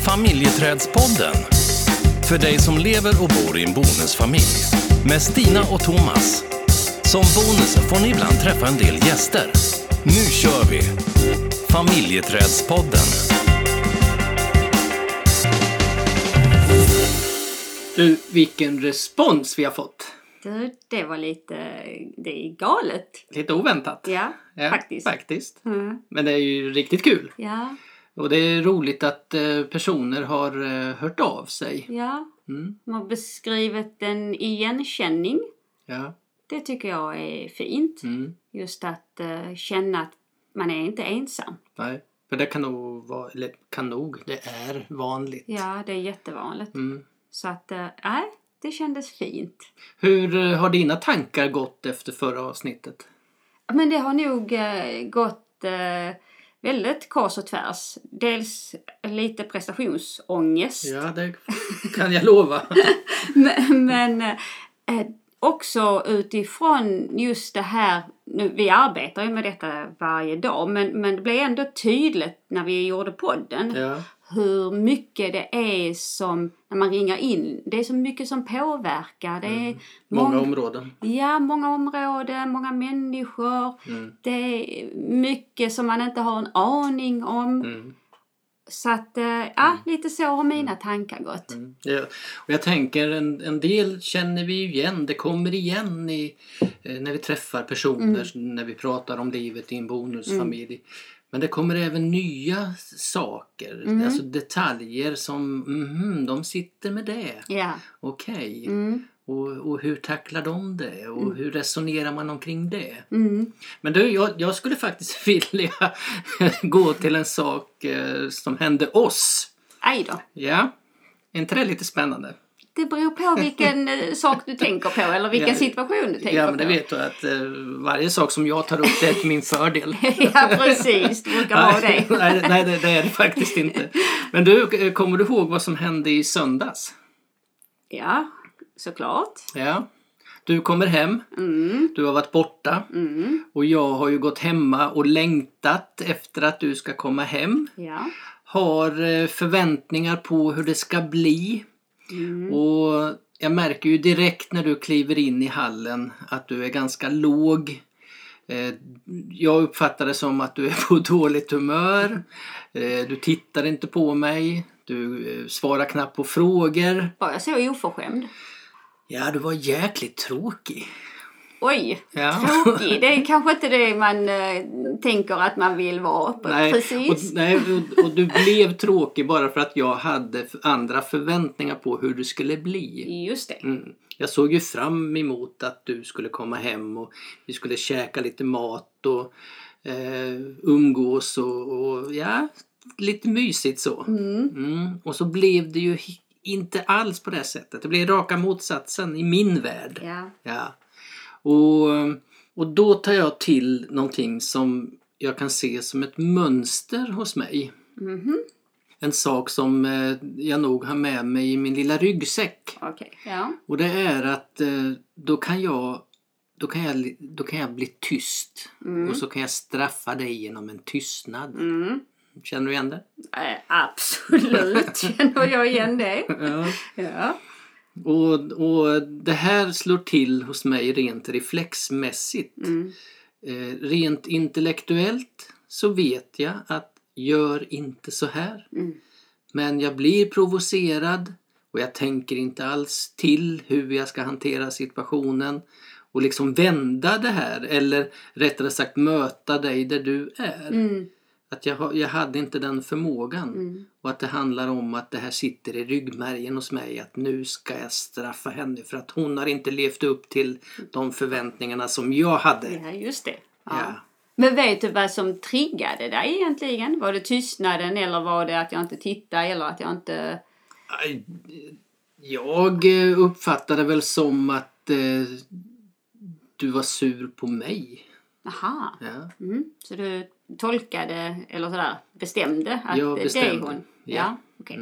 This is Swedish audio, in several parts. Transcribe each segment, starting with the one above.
Familjeträdspodden. För dig som lever och bor i en bonusfamilj. Med Stina och Thomas. Som bonus får ni ibland träffa en del gäster. Nu kör vi! Familjeträdspodden. Du, vilken respons vi har fått. Du, det var det är galet. Lite oväntat. Ja, faktiskt. Mm. Men det är ju riktigt kul. Ja, Och det är roligt att personer har hört av sig. ja. Mm. De har beskrivit en igenkänning. Ja. Det tycker jag är fint. Mm. Just att känna att man är inte ensam. Nej, för det kan nog vara, eller kan nog, det är vanligt. Ja, det är jättevanligt. Mm. Så att, det kändes fint. Hur har dina tankar gått efter förra avsnittet? Men det har nog gått väldigt kors och tvärs. Dels lite prestationsångest. Ja, det kan jag lova. men också utifrån just det här, nu, vi arbetar ju med detta varje dag, men det blev ändå tydligt när vi gjorde podden. Ja. Hur mycket det är som, när man ringar in, det är så mycket som påverkar. Det är Många områden. Ja, många områden, många människor. Mm. Det är mycket som man inte har en aning om. Mm. Så att, lite så har mina tankar gått. Mm. Ja. Och jag tänker en del känner vi ju igen. Det kommer igen när vi träffar personer, när vi pratar om livet i en bonusfamilj. Men det kommer även nya saker, alltså detaljer som, de sitter med det. Ja. Okej. Mm. Och hur tacklar de det? Och hur resonerar man omkring det? Mm. Men du, jag skulle faktiskt vilja gå till en sak som hände oss. Aj då. Ja, är inte det lite spännande? Det beror på vilken sak du tänker på eller vilken situation du tänker på. Ja, men det vet du att varje sak som jag tar upp det är till min fördel. Ja, precis. Du brukar ha det. Nej, det är det faktiskt inte. Men du, kommer du ihåg vad som hände i söndags? Ja, såklart. Ja. Du kommer hem, du har varit borta och jag har ju gått hemma och längtat efter att du ska komma hem. Ja. Har förväntningar på hur det ska bli. Och jag märker ju direkt när du kliver in i hallen att du är ganska låg. Jag uppfattar det som att du är på dåligt humör. Du tittar inte på mig. Du svarar knappt på frågor. Var jag så oförskämd? Ja, du var jäkligt tråkig. Oj, Ja. tråkig. Det är kanske inte det man tänker att man vill vara. Precis. Och du blev tråkig bara för att jag hade andra förväntningar på hur du skulle bli. Just det. Jag såg ju fram emot att du skulle komma hem och vi skulle käka lite mat och umgås och ja, lite mysigt så. Och så blev det ju inte alls på det sättet. Det blev raka motsatsen i min värld. Ja. Och då tar jag till någonting som jag kan se som ett mönster hos mig. En sak som jag nog har med mig i min lilla ryggsäck. Okay. Ja. Och det är att då kan jag bli tyst. Och så kan jag straffa dig genom en tystnad. Känner du igen det? Absolut känner jag igen det. Ja. Och det här slår till hos mig rent reflexmässigt. Rent intellektuellt så vet jag att gör inte så här. Men jag blir provocerad och jag tänker inte alls till hur jag ska hantera situationen. Och liksom vända det här eller rättare sagt möta dig där du är. Att jag hade inte den förmågan. Och att det handlar om att det här sitter i ryggmärgen hos mig. Att nu ska jag straffa henne för att hon har inte levt upp till de förväntningarna som jag hade. Ja, just det. Ja. Ja. Men vet du vad som triggade dig egentligen? Var det tystnaden eller var det att jag inte tittade eller att jag inte... Jag uppfattade väl som att du var sur på mig. Aha. Ja. Så du tolkade eller sådär bestämde att jag bestämde. det är hon? Ja. Okej.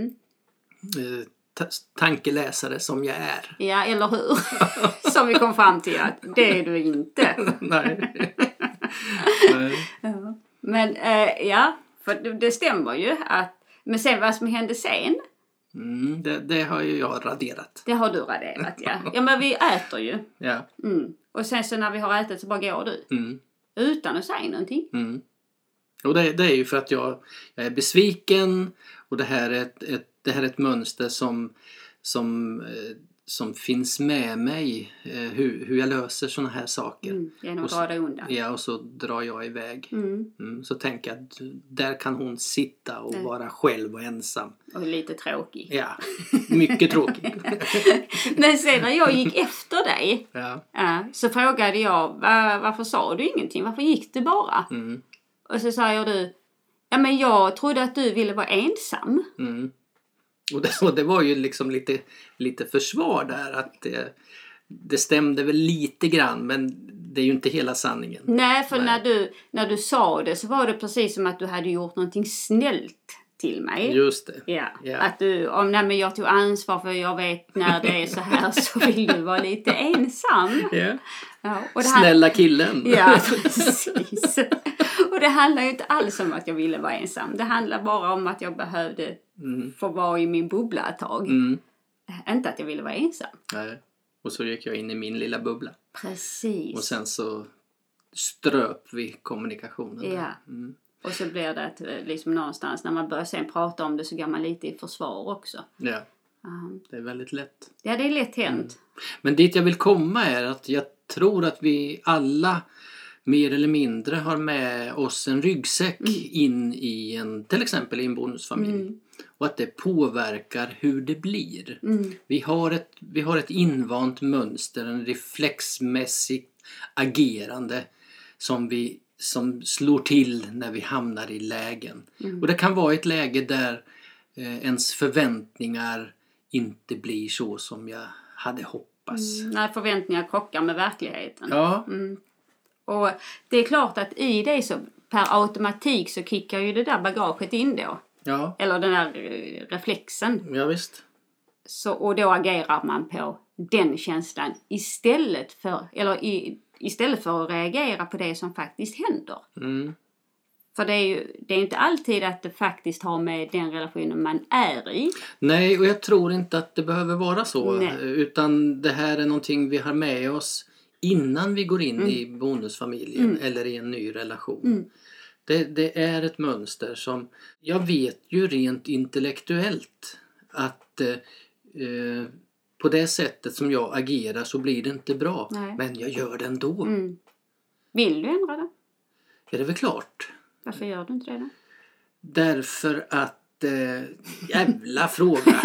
Tankeläsare som jag är. Ja, eller hur? Som vi kom fram till att det är du inte. Nej. Ja. Men för det stämmer ju att Men sen vad som hände sen? Det har ju jag raderat. Det har du raderat, ja. Ja, men vi äter ju. Ja. Och sen så när vi har ätit så bara går du. Utan att säga någonting. Och det är ju för att jag är besviken. Och det här är ett mönster som finns med mig. Hur jag löser såna här saker. Genom att dra dig undan. Ja, och så drar jag iväg. Så tänker jag att där kan hon sitta och vara själv och ensam. Och lite tråkig. Ja, mycket tråkig. Men sen när jag gick efter dig så frågade jag, varför sa du ingenting? Varför gick du bara? Och så säger du, ja men jag trodde att du ville vara ensam. Och det var ju liksom lite försvar där, att det stämde väl lite grann, men det är ju inte hela sanningen. Nej, för när du sa det så var det precis som att du hade gjort någonting snällt till mig. Just det. Ja. Att du, men jag tog ansvar för jag vet när det är så här så vill du vara lite ensam. Ja. Och snälla killen. Ja, precis. Och det handlar ju inte alls om att jag ville vara ensam. Det handlar bara om att jag behövde få vara i min bubbla ett tag. Inte att jag ville vara ensam. Nej. Och så gick jag in i min lilla bubbla. Precis. Och sen så ströp vi kommunikationen. Ja. Och så blir det att liksom någonstans när man börjar sen prata om det så går man lite i försvar också. Ja. Det är väldigt lätt. Ja, det är lätt hänt. Men dit jag vill komma är att jag tror att vi alla mer eller mindre har med oss en ryggsäck in i till exempel i en bonusfamilj. Och att det påverkar hur det blir. Vi har ett invant mönster, en reflexmässigt agerande som slår till när vi hamnar i lägen. Och det kan vara ett läge där ens förväntningar inte blir så som jag hade hoppats. När förväntningar krockar med verkligheten. Ja. Och det är klart att i det så per automatik så kickar ju det där bagaget in då. Ja. Eller den där reflexen. Ja, visst. Så, och då agerar man på den känslan istället för att reagera på det som faktiskt händer. För det är inte alltid att det faktiskt har med den relationen man är i. Nej, och jag tror inte att det behöver vara så. Nej. Utan det här är någonting vi har med oss innan vi går in i bonusfamiljen eller i en ny relation. Det är ett mönster som jag vet ju rent intellektuellt att på det sättet som jag agerar så blir det inte bra. Nej. Men jag gör det ändå. Vill du ändra det? Är det väl klart. Varför gör du inte det då? Därför att jävla fråga.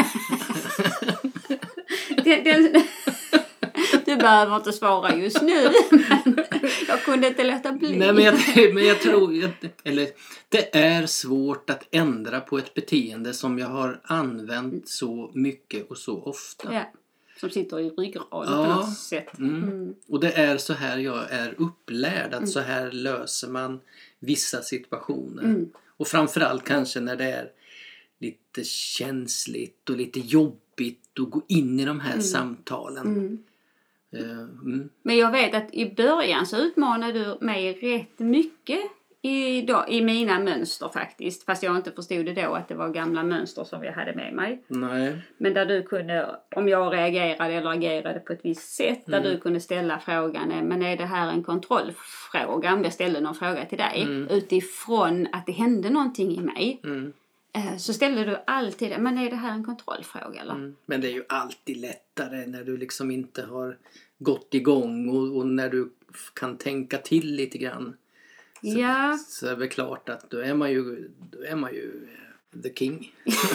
Du behöver inte svara just nu. Men jag kunde inte låta bli. Nej, men jag tror det är svårt att ändra på ett beteende som jag har använt så mycket och så ofta. Ja, som sitter i ryggraden på något sätt. Och det är så här jag är upplärd. Att så här löser man vissa situationer. Och framförallt kanske när det är lite känsligt och lite jobbigt att gå in i de här samtalen. Men jag vet att i början så utmanade du mig rätt mycket i mina mönster faktiskt. Fast jag inte förstod det då att det var gamla mönster som jag hade med mig. Nej. Men där du kunde, om jag reagerade eller agerade på ett visst sätt, där du kunde ställa frågan, men är det här en kontrollfråga? Om jag ställde någon fråga till dig utifrån att det hände någonting i mig. Så ställde du alltid, men är det här en kontrollfråga eller? Men det är ju alltid lättare när du liksom inte har gått igång och när du kan tänka till lite grann. Så är det väl klart att då är man ju the king.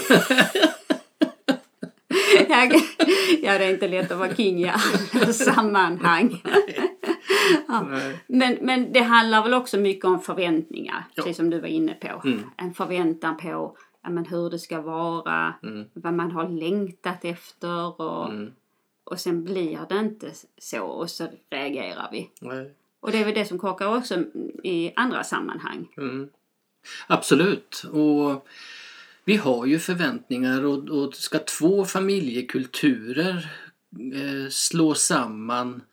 Ja, det är inte lätt att vara king i alla sammanhang. Men det handlar väl också mycket om förväntningar, precis som du var inne på. En förväntan på hur det ska vara, vad man har längtat efter och sen blir det inte så och så reagerar vi. Nej. Och det är väl det som krockar också i andra sammanhang. Absolut. Och vi har ju förväntningar och ska två familjekulturer slå samman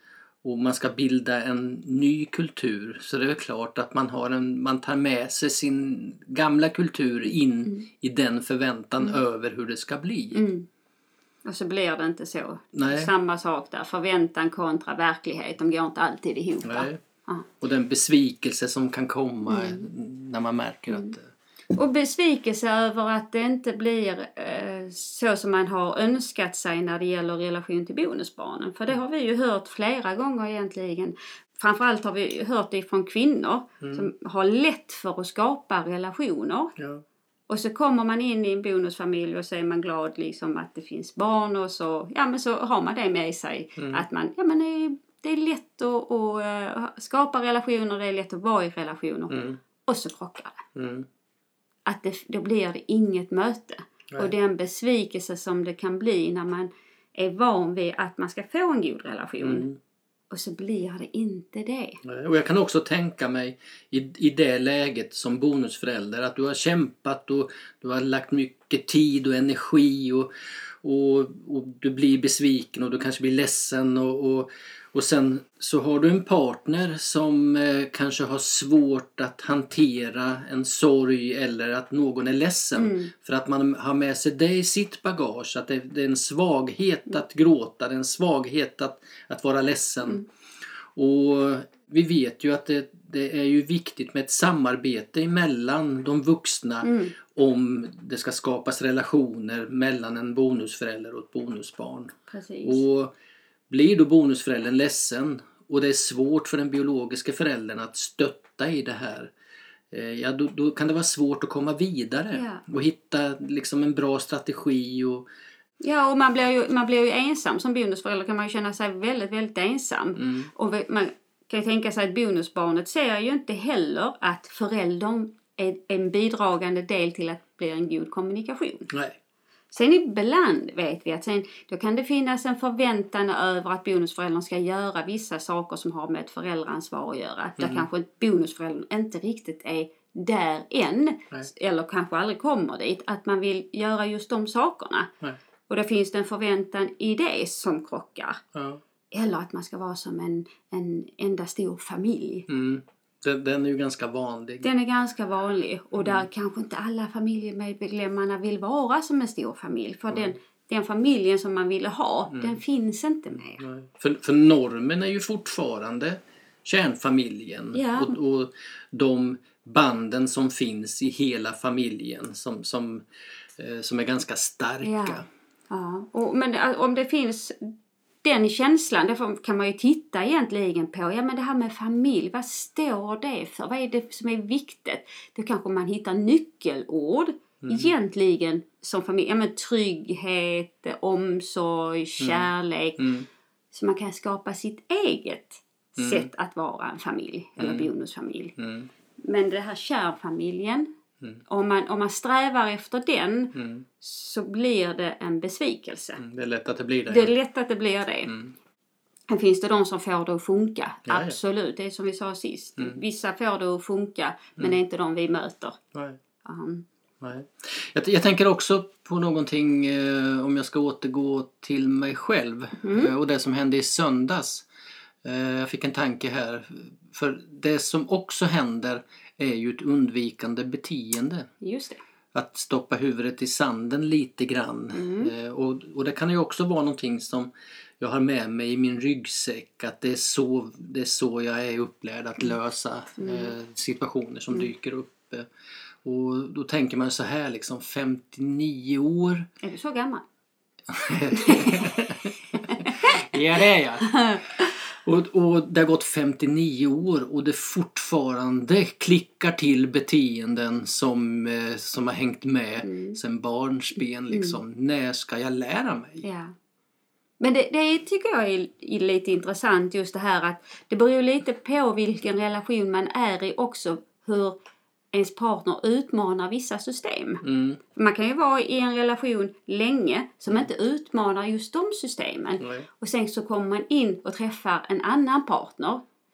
och man ska bilda en ny kultur, så det är klart att man tar med sig sin gamla kultur in i den förväntan över hur det ska bli. Och så blir det inte så. Nej. Samma sak där. Förväntan kontra verklighet. De går inte alltid ihop. Nej. Och den besvikelse som kan komma när man märker att... Och besvikelse över att det inte blir så som man har önskat sig när det gäller relation till bonusbarnen. För det har vi ju hört flera gånger egentligen. Framförallt har vi hört det från kvinnor som har lätt för att skapa relationer. Ja. Och så kommer man in i en bonusfamilj och så är man glad liksom att det finns barn och så, men så har man det med sig. Att man, det är lätt att skapa relationer, det är lätt att vara i relationer. Och så krockar det. Att då blir det inget möte. Nej. Och den besvikelse som det kan bli när man är van vid att man ska få en god relation. Och så blir det inte det. Nej. Och jag kan också tänka mig i det läget som bonusförälder att du har kämpat och du har lagt mycket tid och energi och du blir besviken och du kanske blir ledsen och sen så har du en partner som kanske har svårt att hantera en sorg eller att någon är ledsen. För att man har med sig det i sitt bagage. Att det är en svaghet att gråta, det är en svaghet att vara ledsen. Och vi vet ju att det är ju viktigt med ett samarbete mellan de vuxna om det ska skapas relationer mellan en bonusförälder och ett bonusbarn. Precis. Och blir då bonusföräldern ledsen och det är svårt för den biologiska föräldern att stötta i det här, då kan det vara svårt att komma vidare och hitta liksom en bra strategi. Ja, och man blir ju ensam som bonusförälder, kan man ju känna sig väldigt, väldigt ensam. Och man kan ju tänka sig att bonusbarnet ser ju inte heller att föräldern är en bidragande del till att bli en god kommunikation. Nej. Sen ibland vet vi att då kan det finnas en förväntan över att bonusföräldern ska göra vissa saker som har med ett föräldraansvar att göra. Där kanske bonusföräldern inte riktigt är där än. Nej. Eller kanske aldrig kommer dit. Att man vill göra just de sakerna. Nej. Och då finns det en förväntan i det som krockar. Ja. Eller att man ska vara som en enda stor familj. Den är ju ganska vanlig. Den är ganska vanlig. Och där kanske inte alla familjemedlemmarna vill vara som en stor familj. För den familjen som man ville ha, den finns inte mer. Nej. För normen är ju fortfarande kärnfamiljen. Ja. Och de banden som finns i hela familjen som är ganska starka. Ja. Men om det finns den känslan, därför kan man ju titta egentligen på, men det här med familj, vad står det för? Vad är det som är viktigt? Då kanske man hittar nyckelord egentligen som familj. Men trygghet, omsorg, kärlek. Så man kan skapa sitt eget sätt att vara en familj eller bonusfamilj. Men det här kärnfamiljen, om man strävar efter den så blir det en besvikelse. Det är lätt att det blir det. Det är lätt att det blir det. Här finns det de som får det att funka. Ja. Absolut, det är som vi sa sist. Vissa får det att funka, men det är inte de vi möter. Nej. Nej. Jag tänker också på någonting, om jag ska återgå till mig själv och det som hände i söndags. Jag fick en tanke här. För det som också händer är ju ett undvikande beteende. Just det. Att stoppa huvudet i sanden lite grann. Och det kan ju också vara någonting som jag har med mig i min ryggsäck. Att det är så jag är upplärd att lösa situationer som dyker upp. Och då tänker man så här liksom 59 år. Är du så gammal? Ja, det är jag. Och det har gått 59 år och det fortfarande klickar till beteenden som har hängt med sen barnsben liksom. När ska jag lära mig? Ja. Men det tycker jag är lite intressant, just det här att det beror lite på vilken relation man är i också, hur ens partner utmanar vissa system. Man kan ju vara i en relation länge som inte utmanar just de systemen. Och sen så kommer man in och träffar en annan partner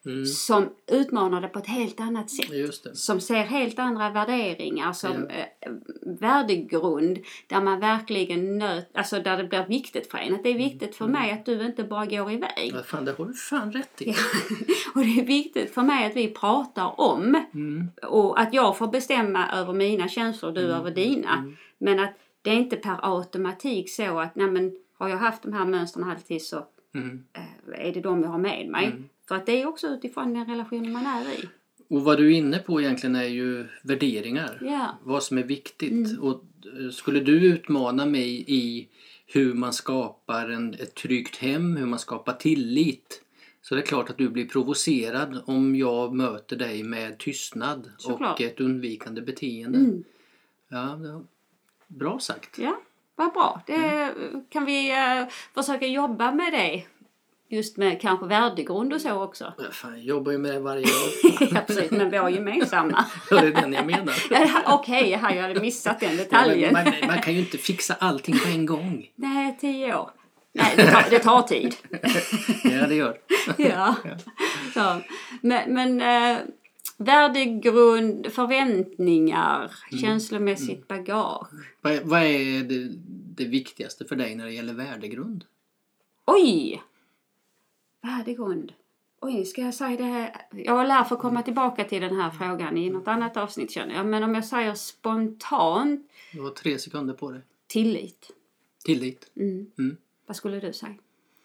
som utmanar det på ett helt annat sätt. Just det. Som ser helt andra värderingar som värdegrund där man verkligen alltså där det blir viktigt för en. Att det är viktigt för mig att du inte bara går iväg. Ja, fan, det har du fan rätt i. Och det är viktigt för mig att vi pratar om och att jag får bestämma över mina känslor och du över dina. Men att det är inte per automatik så att nej, men har jag haft de här mönstren alltid så är det de jag har med mig. För att det är också utifrån den relationen man är i. Och vad du är inne på egentligen är ju värderingar. Ja. Vad som är viktigt. Och skulle du utmana mig i hur man skapar ett tryggt hem, hur man skapar tillit, så det är klart att du blir provocerad om jag möter dig med tystnad och ett undvikande beteende. Ja, det var bra sagt. Ja, vad bra. Det kan vi försöka jobba med det. Just med kanske värdegrund och så också. Ja, fan, jag jobbar ju med det varje dag. Ja, precis, men vi har gemensamma. Ja, det är den jag menar. Okej, jag hade missat den detaljen. Ja, man kan ju inte fixa allting på en gång. Nej, 10 år. Nej, det tar tid. Ja, det gör det. Ja. Så. Men värdegrund, förväntningar, känslomässigt bagage. Vad är det viktigaste för dig när det gäller värdegrund? Oj! Värdegrund. Oj, ska jag säga det här? Jag lär få komma tillbaka till den här frågan i något annat avsnitt, känner jag. Men om jag säger spontant. Du har 3 sekunder på dig. Tillit. Tillit. Vad skulle du säga?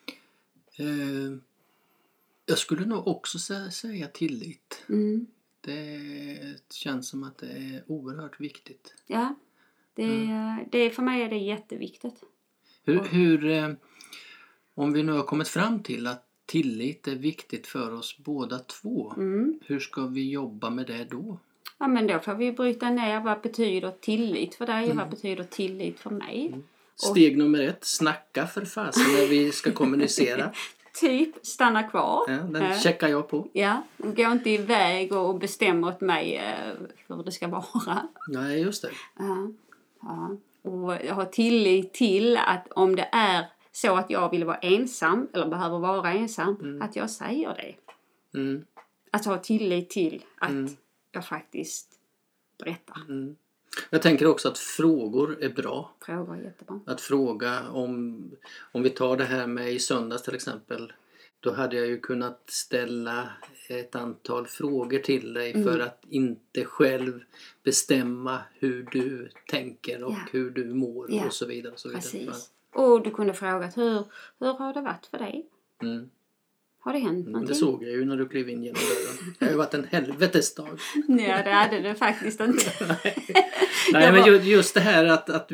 Jag skulle nog också säga tillit. Det känns som att det är oerhört viktigt. Ja, det för mig är det jätteviktigt. Hur om vi nu har kommit fram till att tillit är viktigt för oss båda två. Hur ska vi jobba med det då? Ja, men då får vi bryta ner vad betyder tillit för dig och vad betyder tillit för mig. Steg nummer 1, snacka för fasen när vi ska kommunicera. Typ, stanna kvar. Ja, den checkar jag på. Ja, gå inte iväg och bestämma åt mig hur det ska vara. Nej, just det. Ja. Och jag har tillit till att om det är så att jag vill vara ensam eller behöver vara ensam, att jag säger det. Att ha tillit till att jag faktiskt berättar. Jag tänker också att frågor är bra. Frågor är jättebra. Att fråga om vi tar det här med i söndags till exempel. Då hade jag ju kunnat ställa ett antal frågor till dig för att inte själv bestämma hur du tänker och hur du mår och så vidare. Och så vidare. Precis. Och du kunde fråga hur har det varit för dig? Har det hänt någonting? Det såg jag ju när du klev in genom dörren. Det har ju varit en helvetesdag. Nej, det hade det faktiskt inte. Nej, men just det här att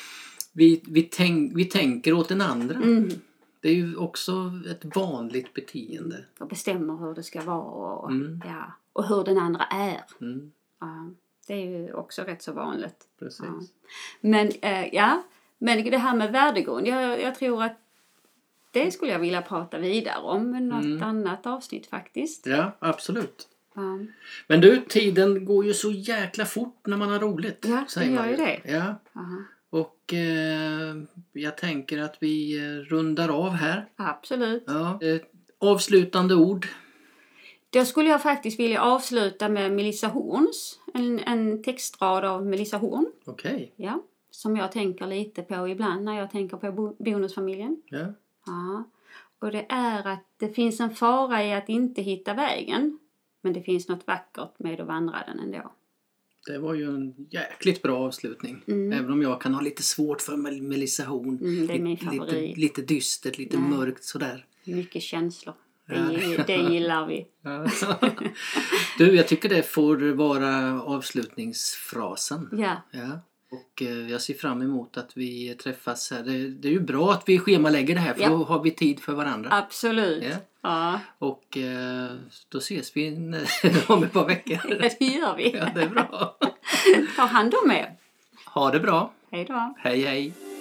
vi tänker åt den andra. Det är ju också ett vanligt beteende. Och bestämmer hur det ska vara och hur den andra är. Ja, det är ju också rätt så vanligt. Precis. Ja. Men det här med värdegrund, jag tror att det skulle jag vilja prata vidare om med något annat avsnitt faktiskt. Ja, absolut. Men du, tiden går ju så jäkla fort när man har roligt. Ja, det gör ju det. Ja. Och jag tänker att vi rundar av här. Absolut. Ja. Avslutande ord. Då skulle jag faktiskt vilja avsluta med Melissa Horns. En textrad av Melissa Horn. Okej. Ja. Som jag tänker lite på ibland när jag tänker på bonusfamiljen. Ja. Ja. Och det är att det finns en fara i att inte hitta vägen. Men det finns något vackert med att vandra den ändå. Det var ju en jäkligt bra avslutning. Även om jag kan ha lite svårt för Melissa Horn. Det är min favorit. Lite dystert, lite mörkt sådär. Mycket känslor. Det gillar vi. Du, jag tycker det får vara avslutningsfrasen. Ja. Och jag ser fram emot att vi träffas här. Det är ju bra att vi schemalägger det här för då har vi tid för varandra. Absolut. Ja. Och då ses vi om ett par veckor. Det gör vi. Ja, det är bra. Ta hand om er. Ha det bra. Hej då. Hej hej.